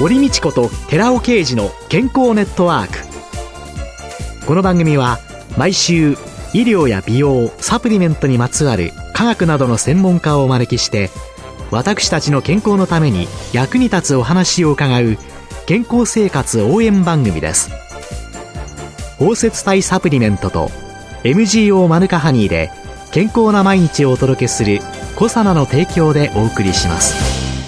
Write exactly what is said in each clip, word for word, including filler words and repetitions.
堀道子と寺尾啓二の健康ネットワーク。この番組は毎週医療や美容、サプリメントにまつわる科学などの専門家をお招きして、私たちの健康のために役に立つお話を伺う健康生活応援番組です。包摂体サプリメントと エムジーオー マヌカハニーで健康な毎日をお届けするコサナの提供でお送りします。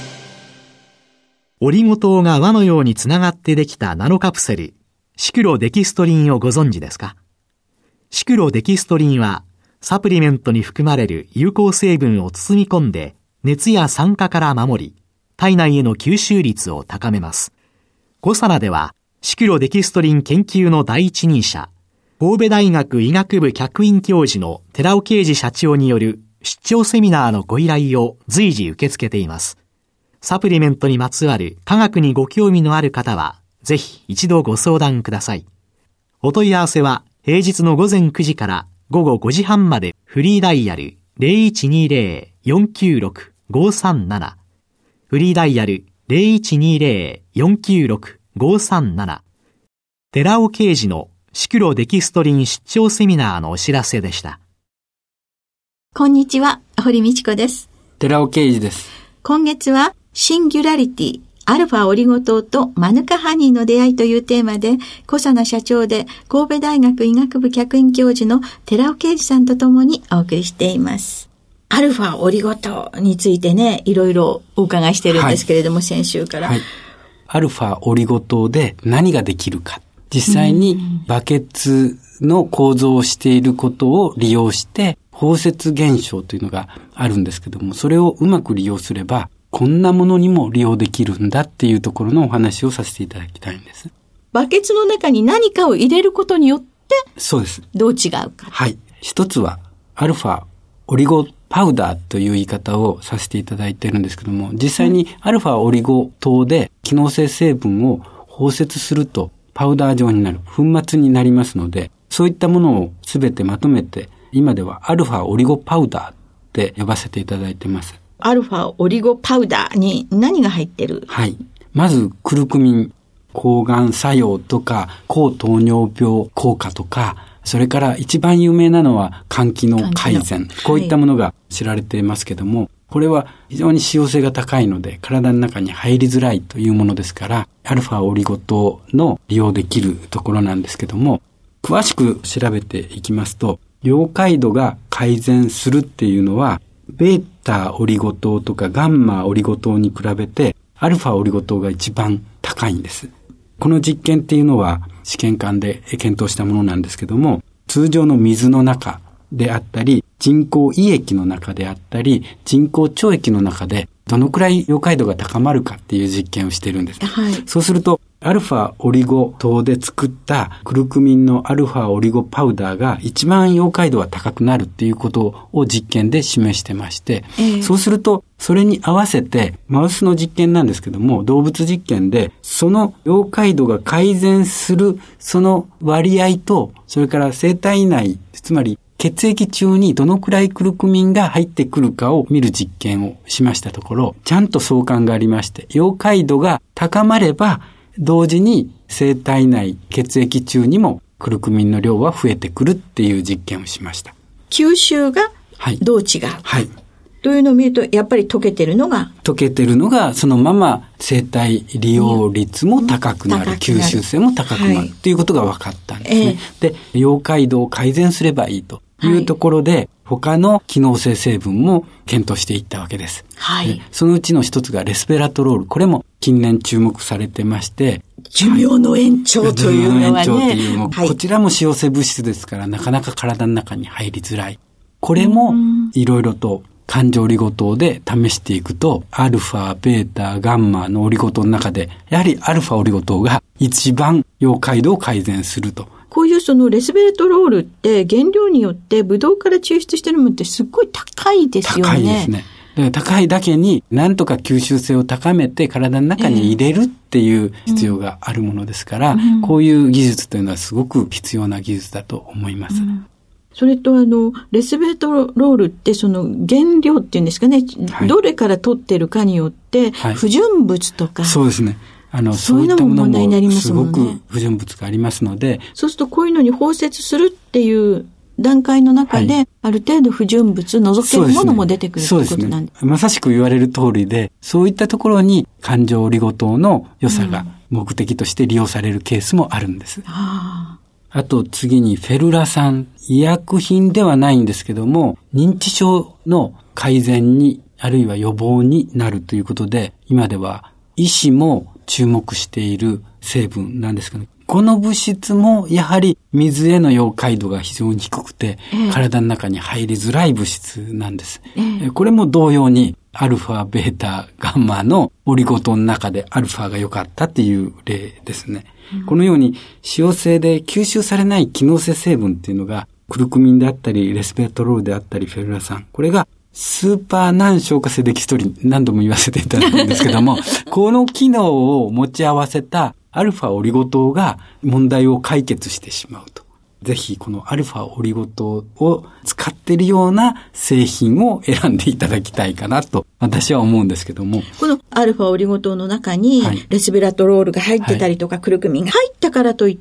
オリゴ糖が輪のようにつながってできたナノカプセル、シクロデキストリンをご存知ですか？シクロデキストリンはサプリメントに含まれる有効成分を包み込んで熱や酸化から守り、体内への吸収率を高めます。コサナではシクロデキストリン研究の第一人者、神戸大学医学部客員教授の寺尾啓二社長による出張セミナーのご依頼を随時受け付けています。サプリメントにまつわる科学にご興味のある方は、ぜひ一度ご相談ください。お問い合わせは平日のごぜんくじからごごごじはんまでフリーダイヤル ゼロいちにゼロ よんきゅうろく ごさんなな、フリーダイヤル ゼロいちにゼロ よんきゅうろく ごさんなな、寺尾啓二のシクロデキストリン出張セミナーのお知らせでした。 こんにちは、堀道子です。 寺尾啓二です。 今月はシンギュラリティ、アルファオリゴ糖とマヌカハニーの出会いというテーマで、コサナ社長で神戸大学医学部客員教授の寺尾啓二さんとともにお送りしています。アルファオリゴ糖についてね、いろいろお伺いしてるんですけれども、はい、先週から、はい、 アルファオリゴ糖で何ができるか、実際にバケツの構造をしていることを利用して包摂現象というのがあるんですけども、それをうまく利用すればこんなものにも利用できるんだっていうところのお話をさせていただきたいんです。 バケツの中に何かを入れることによってそうです。どう違うか。 はい。一つはアルファオリゴパウダーという言い方をさせていただいているんですけども、実際にアルファオリゴ糖で機能性成分を包摂するとパウダー状になる、粉末になりますので、そういったものをすべてまとめて、今ではアルファオリゴパウダーって呼ばせていただいています。 アルファオリゴパウダーに何が入ってる？ はい。まず、クルクミン、抗がん作用とか、高糖尿病効果とか、それから一番有名なのは肝機能改善。こういったものが知られていますけども、はい、これは非常に使用性が高いので、体の中に入りづらいというものですから、アルファオリゴ糖の利用できるところなんですけども、詳しく調べていきますと、溶解度が改善するっていうのは、ベータオリゴ糖とかガンマオリゴ糖に比べて、アルファオリゴ糖が一番高いんです。この実験っていうのは、試験管で検討したものなんですけども、通常の水の中であったり、人工胃液の中であったり、人工腸液の中でどのくらい溶解度が高まるかっていう実験をしているんです。はい、そうすると、アルファオリゴ糖で作ったクルクミンのアルファオリゴパウダーが一番溶解度が高くなるっていうことを実験で示してまして、えー、そうすると、それに合わせて、マウスの実験なんですけども、動物実験で、その溶解度が改善するその割合と、それから生体内、つまり血液中にどのくらいクルクミンが入ってくるかを見る実験をしましたところ、ちゃんと相関がありまして、溶解度が高まれば、同時に生体内、血液中にもクルクミンの量は増えてくるっていう実験をしました。 吸収がどう違うか、はい、というのを見ると、やっぱり溶けてるのが溶けてるのがそのまま生体利用率も高くなる、吸収性も高くなる、はい、ということが分かったんですね。えー、で、溶解度を改善すればいいというところで、はい、他の機能性成分も検討していったわけです。はい。そのうちの一つがレスベラトロール。これも近年注目されてまして。 寿命の延長というのはね。寿命の延長というも、はい、こちらも使用性物質ですから、なかなか体の中に入りづらい。これもいろいろと環状オリゴ糖で試していくと、アルファ、ベータ、ガンマのオリゴ糖の中で、やはりアルファオリゴ糖が一番溶解度を改善すると。 こういうそのレスベルトロールって原料によってブドウから抽出してるものってすっごい高いですよね。 高いですね。だから高いだけになんとか吸収性を高めて体の中に入れるっていう必要があるものですから、えーうん、こういう技術というのはすごく必要な技術だと思います。うん、 それとあのレスベルトロールってその原料っていうんですかね、はい、どれから取ってるかによって不純物とか、 はい、そうですね。 あの、そういったものもすごくね、 不純物がありますので。 そうするとこういうのに包摂するっていう段階の中で、はい、ある程度不純物除けるものも出てくるということなんです。 そうですね。まさしく言われる通りで、そういったところに環状オリゴ糖の良さが目的として利用されるケースもあるんです。うん、あと次にフェルラ酸。医薬品ではないんですけども、認知症の改善にあるいは予防になるということで、今では医師も注目している成分なんですけど、この物質もやはり水への溶解度が非常に低くて、ええ、体の中に入りづらい物質なんです。ええ、これも同様にアルファ、ベータ、ガンマのオリゴ糖の中でアルファが良かったっていう例ですね。うん、このように使用性で吸収されない機能性成分っていうのがクルクミンであったりレスベトロールであったりフェルラ酸、これがスーパー難消化性デキストリン、何度も言わせていただくんですけどもこの機能を持ち合わせたアルファオリゴ糖が問題を解決してしまうと。ぜひこのアルファオリゴ糖を使っているような製品を選んでいただきたいかなと私は思うんですけども。 このアルファオリゴ糖の中にレスベラトロールが入ってたりとか、はい、クルクミンが入ったからといって、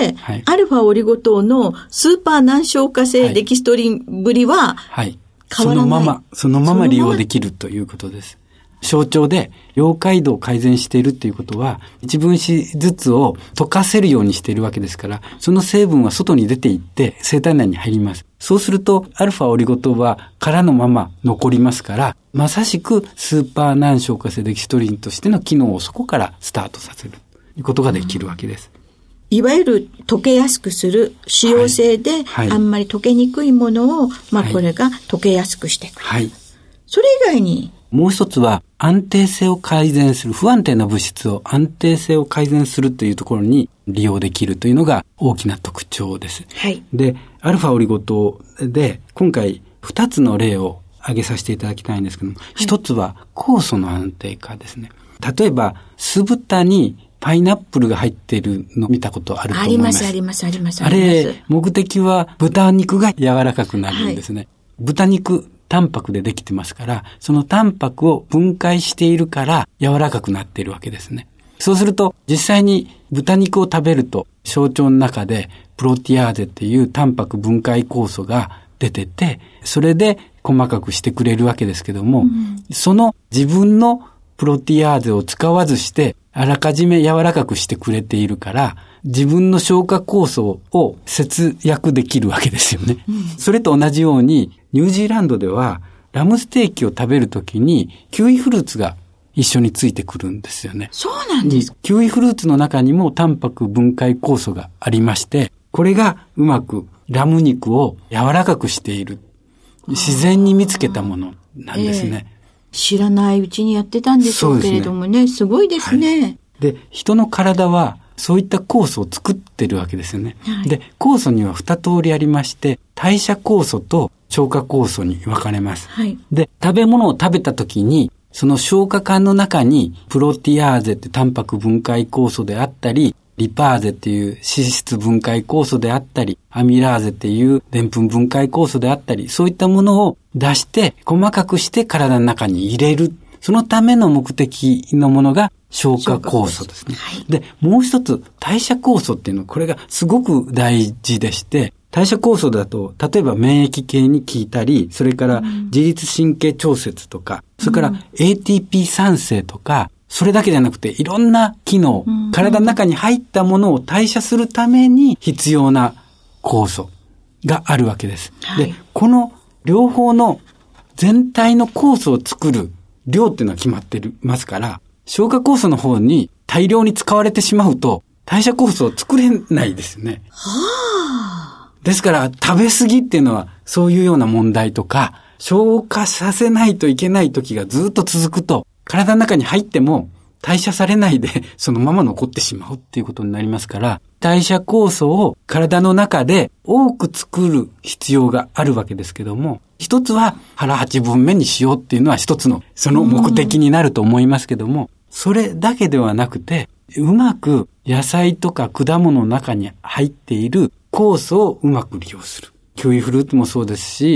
はい、アルファオリゴ糖のスーパー難消化性デキストリンぶりは変わらない。 そのまま、そのまま利用できるということです。象徴で溶解度を改善しているっていうことは、一分子ずつを溶かせるようにしているわけですから、その成分は外に出ていって生体内に入ります。そうするとアルファオリゴ糖は殻のまま残りますから、まさしくスーパー難消化性デキストリンとしての機能をそこからスタートさせるということができるわけです。 いわゆる溶けやすくする使用性で、はいはい、あんまり溶けにくいものを、まあこれが溶けやすくしてくれる。はい、それ以外にもう一つは安定性を改善する、不安定な物質を安定性を改善するというところに利用できるというのが大きな特徴です。はい、で、アルファオリゴ糖で今回二つの例を挙げさせていただきたいんですけども、一、はい、つは酵素の安定化ですね。例えば酢豚にパイナップルが入っているの見たことあると思います。 あります、あります、 あります。あれ、目的は豚肉が柔らかくなるんですね。はい、豚肉、タンパクでできてますから、そのタンパクを分解しているから柔らかくなっているわけですね。そうすると、実際に豚肉を食べると、小腸の中でプロティアーゼっていうタンパク分解酵素が出てて、それで細かくしてくれるわけですけども、うん、その自分のプロティアーゼを使わずして、あらかじめ柔らかくしてくれているから、自分の消化酵素を節約できるわけですよね。うん、それと同じように、ニュージーランドではラムステーキを食べるときにキウイフルーツが一緒についてくるんですよね。 そうなんですか。 キウイフルーツの中にもタンパク分解酵素がありまして、これがうまくラム肉を柔らかくしている。自然に見つけたものなんですね。えー知らないうちにやってたんでしょうけれどもね、ねすごいですね、はい。 で、人の体はそういった酵素を作ってるわけですよね。はい、で、酵素には二通りありまして、代謝酵素と消化酵素に分かれます。はい、で、食べ物を食べた時に、その消化管の中にプロティアーゼってタンパク分解酵素であったり、リパーゼっていう脂質分解酵素であったり、アミラーゼっていうでんぷん分解酵素であったり、そういったものを出して細かくして体の中に入れる。そのための目的のものが消化酵素ですね。はい、で、もう一つ代謝酵素っていうのはこれがすごく大事でして、代謝酵素だと例えば免疫系に効いたり、それから自律神経調節とか、うん、それから エーティーピー 産生とか、それだけじゃなくていろんな機能、うん、体の中に入ったものを代謝するために必要な酵素があるわけです。はい、で、この両方の全体の酵素を作る量っていうのは決まってますから、消化酵素の方に大量に使われてしまうと代謝酵素を作れないですよね。はあ、ですから食べ過ぎっていうのはそういうような問題とか、消化させないといけない時がずっと続くと、体の中に入っても代謝されないでそのまま残ってしまうっていうことになりますから、代謝酵素を体の中で多く作る必要があるわけですけども、一つは腹八分目にしようっていうのは一つのその目的になると思いますけども、それだけではなくて、うまく野菜とか果物の中に入っている酵素をうまく利用する。キウイフルーツもそうですし、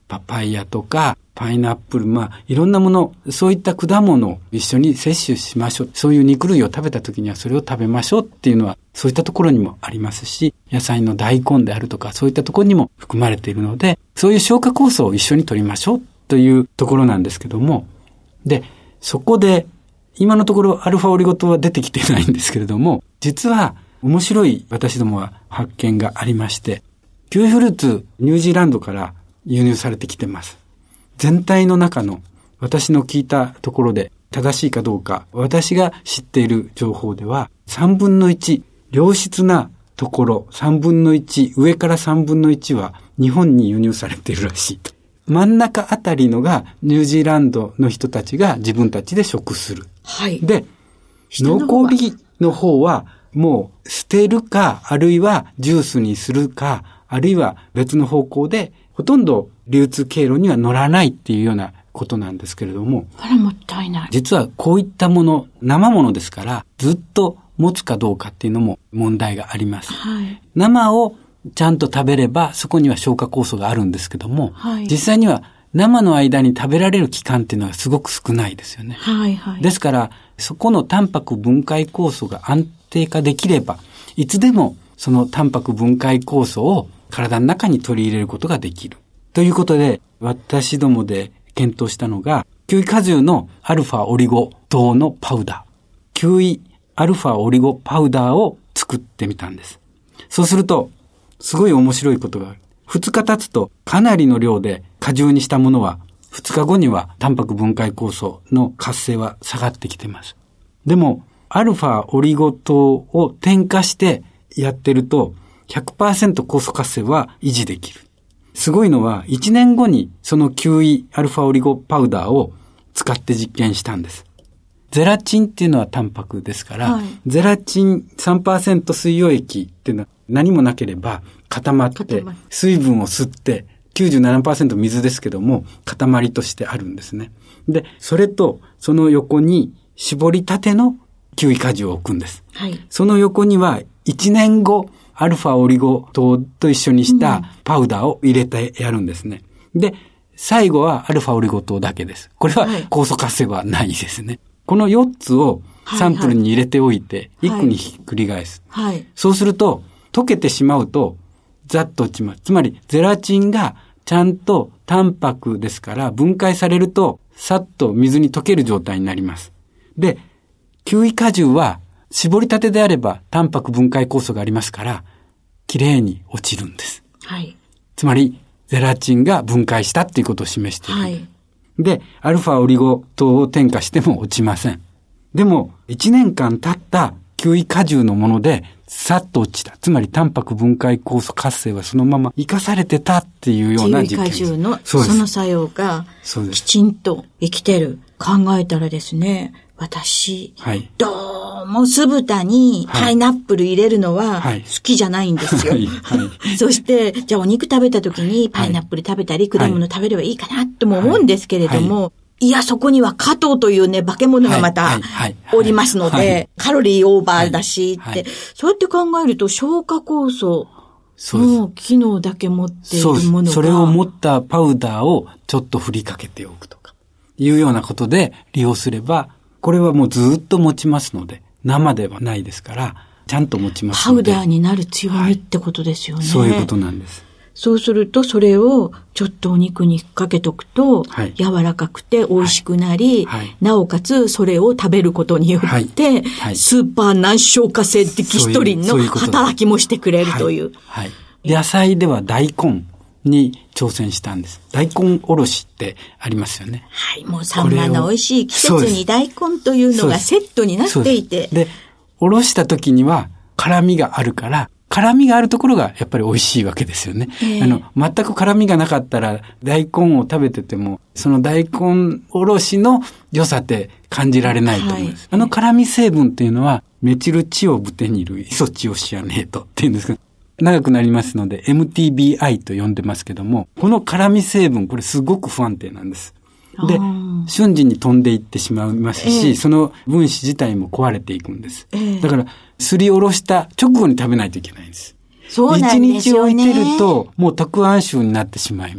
パパイヤとかパイナップル、まあいろんなもの、そういった果物を一緒に摂取しましょう。そういう肉類を食べた時にはそれを食べましょうっていうのはそういったところにもありますし、野菜の大根であるとかそういったところにも含まれているので、そういう消化酵素を一緒に取りましょうというところなんですけども、で、そこで今のところアルファオリゴ糖は出てきてないんですけれども、実は面白い私どもは発見がありまして、キウイフルーツニュージーランドから輸入されてきてます。全体の中の私の聞いたところで正しいかどうか、私が知っている情報ではさんぶんのいち、良質なところさんぶんのいち、上からさんぶんのいちは日本に輸入されているらしいと。真ん中あたりのがニュージーランドの人たちが自分たちで食する。 はい。 で、残りの方はもう捨てるか、あるいはジュースにするか、あるいは別の方向でほとんど流通経路には乗らないっていうようなことなんですけれども。 あら、もったいない。 実はこういったもの、生ものですから、ずっと持つかどうかっていうのも問題があります。 はい。 生をちゃんと食べれば、そこには消化酵素があるんですけども、 はい、 実際には生の間に食べられる期間っていうのはすごく少ないですよね。 はいはい。 ですから、そこのタンパク分解酵素が安定化できれば、いつでもそのタンパク分解酵素を体の中に取り入れることができる。ということで、私どもで検討したのが、キウイ果汁のアルファオリゴ糖のパウダー。キウイアルファオリゴパウダーを作ってみたんです。そうすると、すごい面白いことがある。二日経つとかなりの量で果汁にしたものは、二日後にはタンパク分解酵素の活性は下がってきています。でも、アルファオリゴ糖を添加してやってると、ひゃくパーセント 酵素活性は維持できる。すごいのは、いちねんごにそのキウイアルファオリゴパウダーを使って実験したんです。ゼラチンっていうのはタンパクですから、はい、ゼラチン さんパーセント 水溶液っていうのは何もなければ固まって水分を吸って きゅうじゅうななパーセント 水ですけども塊としてあるんですね。で、それとその横に絞りたてのキウイ果汁を置くんです。はい、その横にはいちねんごアルファオリゴ糖と一緒にしたパウダーを入れてやるんですね。うん、で、最後はアルファオリゴ糖だけです。これは酵素活性はないですね。はい、このよっつをサンプルに入れておいて、一気にひっくり返す。はいはい、そうすると、溶けてしまうと、ざっと落ちます。つまり、ゼラチンがちゃんとタンパクですから、分解されると、さっと水に溶ける状態になります。で、キウイ果汁は、絞りたてであれば、タンパク分解酵素がありますから、きれいに落ちるんです。はい。つまり、ゼラチンが分解したっていうことを示している。はい。で、アルファオリゴ糖を添加しても落ちません。でも、いちねんかん経ったキウイ果汁のもので、さっと落ちた。つまり、タンパク分解酵素活性はそのまま生かされてたっていうような実験です。 キウイ果汁のその作用が、きちんと生きてる。考えたらですね、私、はい、どうも酢豚にパイナップル入れるのは好きじゃないんですよ。はいはいはい、そして、じゃあお肉食べた時にパイナップル食べたり、果物食べればいいかなとも思うんですけれども、はいはい、いや、そこには加糖というね、化け物がまたおりますので、はいはいはい、カロリーオーバーだしって、はいはい、そうやって考えると消化酵素の機能だけ持っているものが。 それを持ったパウダーをちょっと振りかけておくとか、いうようなことで利用すれば、これはもうずっと持ちますので、生ではないですから、ちゃんと持ちますので。 パウダーになる強みってことですよね。はい、 そういうことなんです。 そうすると、それをちょっとお肉にかけとくと、はい、柔らかくて美味しくなり、はいはい、なおかつそれを食べることによって、はいはい、スーパー難消化性デキストリンの働きもしてくれるという。 はいはい、野菜では大根に挑戦したんです。大根おろしってありますよね。 はい。もうサンマの美味しい季節に大根というのがセットになっていて。 で、おろした時には辛みがあるから、辛みがあるところがやっぱり美味しいわけですよね。えー、あの、全く辛みがなかったら大根を食べてても、その大根おろしの良さって感じられないと思います。はい、あの辛み成分っていうのは、メチルチオブテニルイソチオシアネートっていうんですけど、長くなりますので エムティービーアイ と呼んでますけども、この辛み成分、これすごく不安定なんです。で、瞬時に飛んでいってしまいますし、えー、その分子自体も壊れていくんです。えー、だから、すりおろした直後に食べないといけないんです。 そうなんですよね。 一日置いてると、もう特安臭になってしまいます。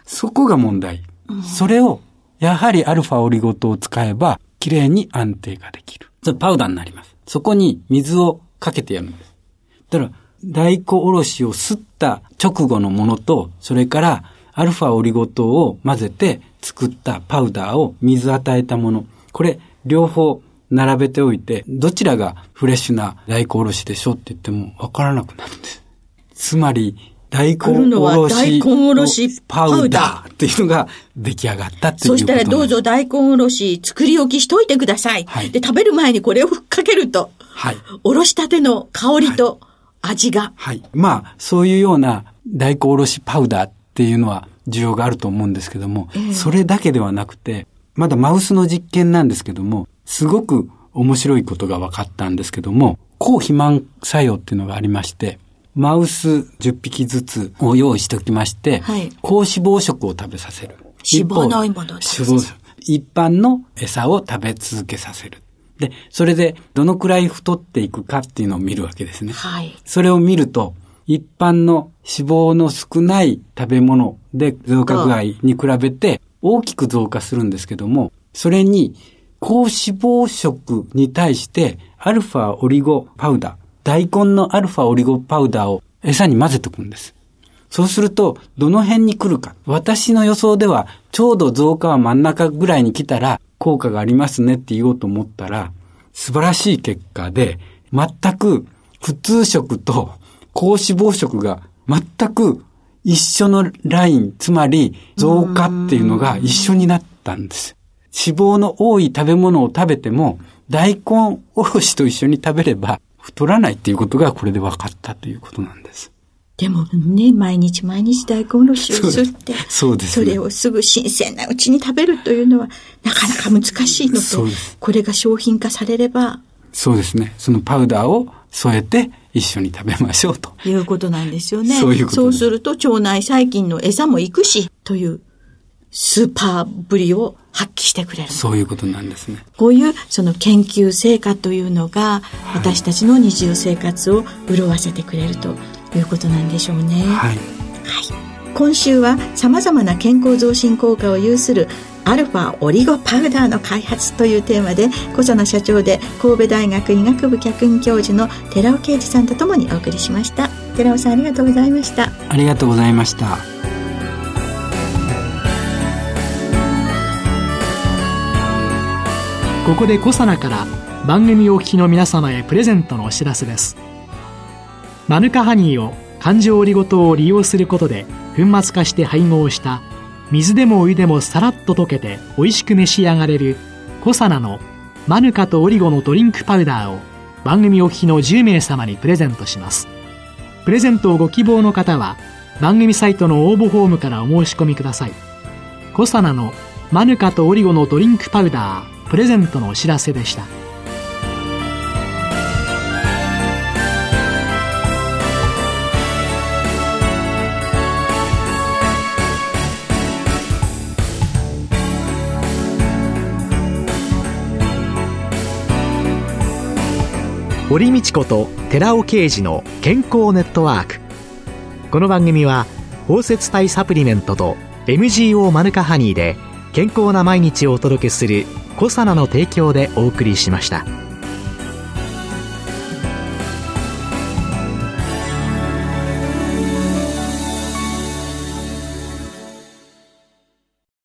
そこが問題。うん、それを、やはりアルファオリゴ糖を使えば、きれいに安定ができる。それパウダーになります。そこに水をかけてやるんです。だから、大根おろしをすった直後のものと、それからアルファオリゴ糖を混ぜて作ったパウダーを水与えたもの。これ、両方並べておいて、どちらがフレッシュな大根おろしでしょって言ってもわからなくなるんです。つまり、大根おろし、 大根おろしパウダーっていうのが出来上がったっていうことなんです。そしたらどうぞ大根おろし作り置きしといてください。はい、で、食べる前にこれをかけると、はい、おろしたての香りと味が。 はい。はい、まあ、そういうような大根おろしパウダーっていうのは需要があると思うんですけども、えー、それだけではなくて、まだマウスの実験なんですけども、すごく面白いことが分かったんですけども、抗肥満作用っていうのがありまして、マウスじゅっぴきずつを用意しておきまして、はい、高脂肪食を食べさせる。 脂肪の多いものを食べさせる。 一般の餌を食べ続けさせる。で、それでどのくらい太っていくかっていうのを見るわけですね。はい、それを見ると、一般の脂肪の少ない食べ物で増加具合に比べて大きく増加するんですけども、それに高脂肪食に対してアルファオリゴパウダー、大根のアルファオリゴパウダーを餌に混ぜておくんです。そうすると、どの辺に来るか。私の予想では、ちょうど増加は真ん中ぐらいに来たら、効果がありますねって言おうと思ったら、素晴らしい結果で、全く普通食と高脂肪食が全く一緒のライン、つまり増加っていうのが一緒になったんです。脂肪の多い食べ物を食べても、大根おろしと一緒に食べれば、太らないっていうことがこれで分かったということなんです。 でもね、毎日毎日大根おろしをすって、 そうですね、 それをすぐ新鮮なうちに食べるというのはなかなか難しいので、そうです。これが商品化されれば。 そうですね。そのパウダーを添えて一緒に食べましょうと。 いうことなんですよね。 そういうことです。 そうすると腸内細菌の餌も行くし、というスーパーぶりを発揮してくれる。 そういうことなんですね。 こういうその研究成果というのが、私たちの日常生活を潤わせてくれるということなんでしょうね。はい。はい。今週は様々な健康増進効果を有するアルファオリゴパウダーの開発というテーマで、小佐野社長で神戸大学医学部客員教授の寺尾啓二さんとともにお送りしました。寺尾さん、ありがとうございました。 ありがとうございました。 ここで小佐奈から番組お聞きの皆様へプレゼントのお知らせです。マヌカハニーを環状オリゴ糖を利用することで粉末化して配合した水でもお湯でもさらっと溶けて美味しく召し上がれる小佐奈のマヌカとオリゴのドリンクパウダーを番組お聞きのじゅうめいさまにプレゼントします。プレゼントをご希望の方は番組サイトの応募フォームからお申し込みください。小佐奈のマヌカとオリゴのドリンクパウダープレゼントのお知らせでした。堀道子と寺尾啓二の健康ネットワーク。この番組は包摂体サプリメントと エムジーオー マヌカハニーで健康な毎日をお届けする小佐奈の提供でお送りしました。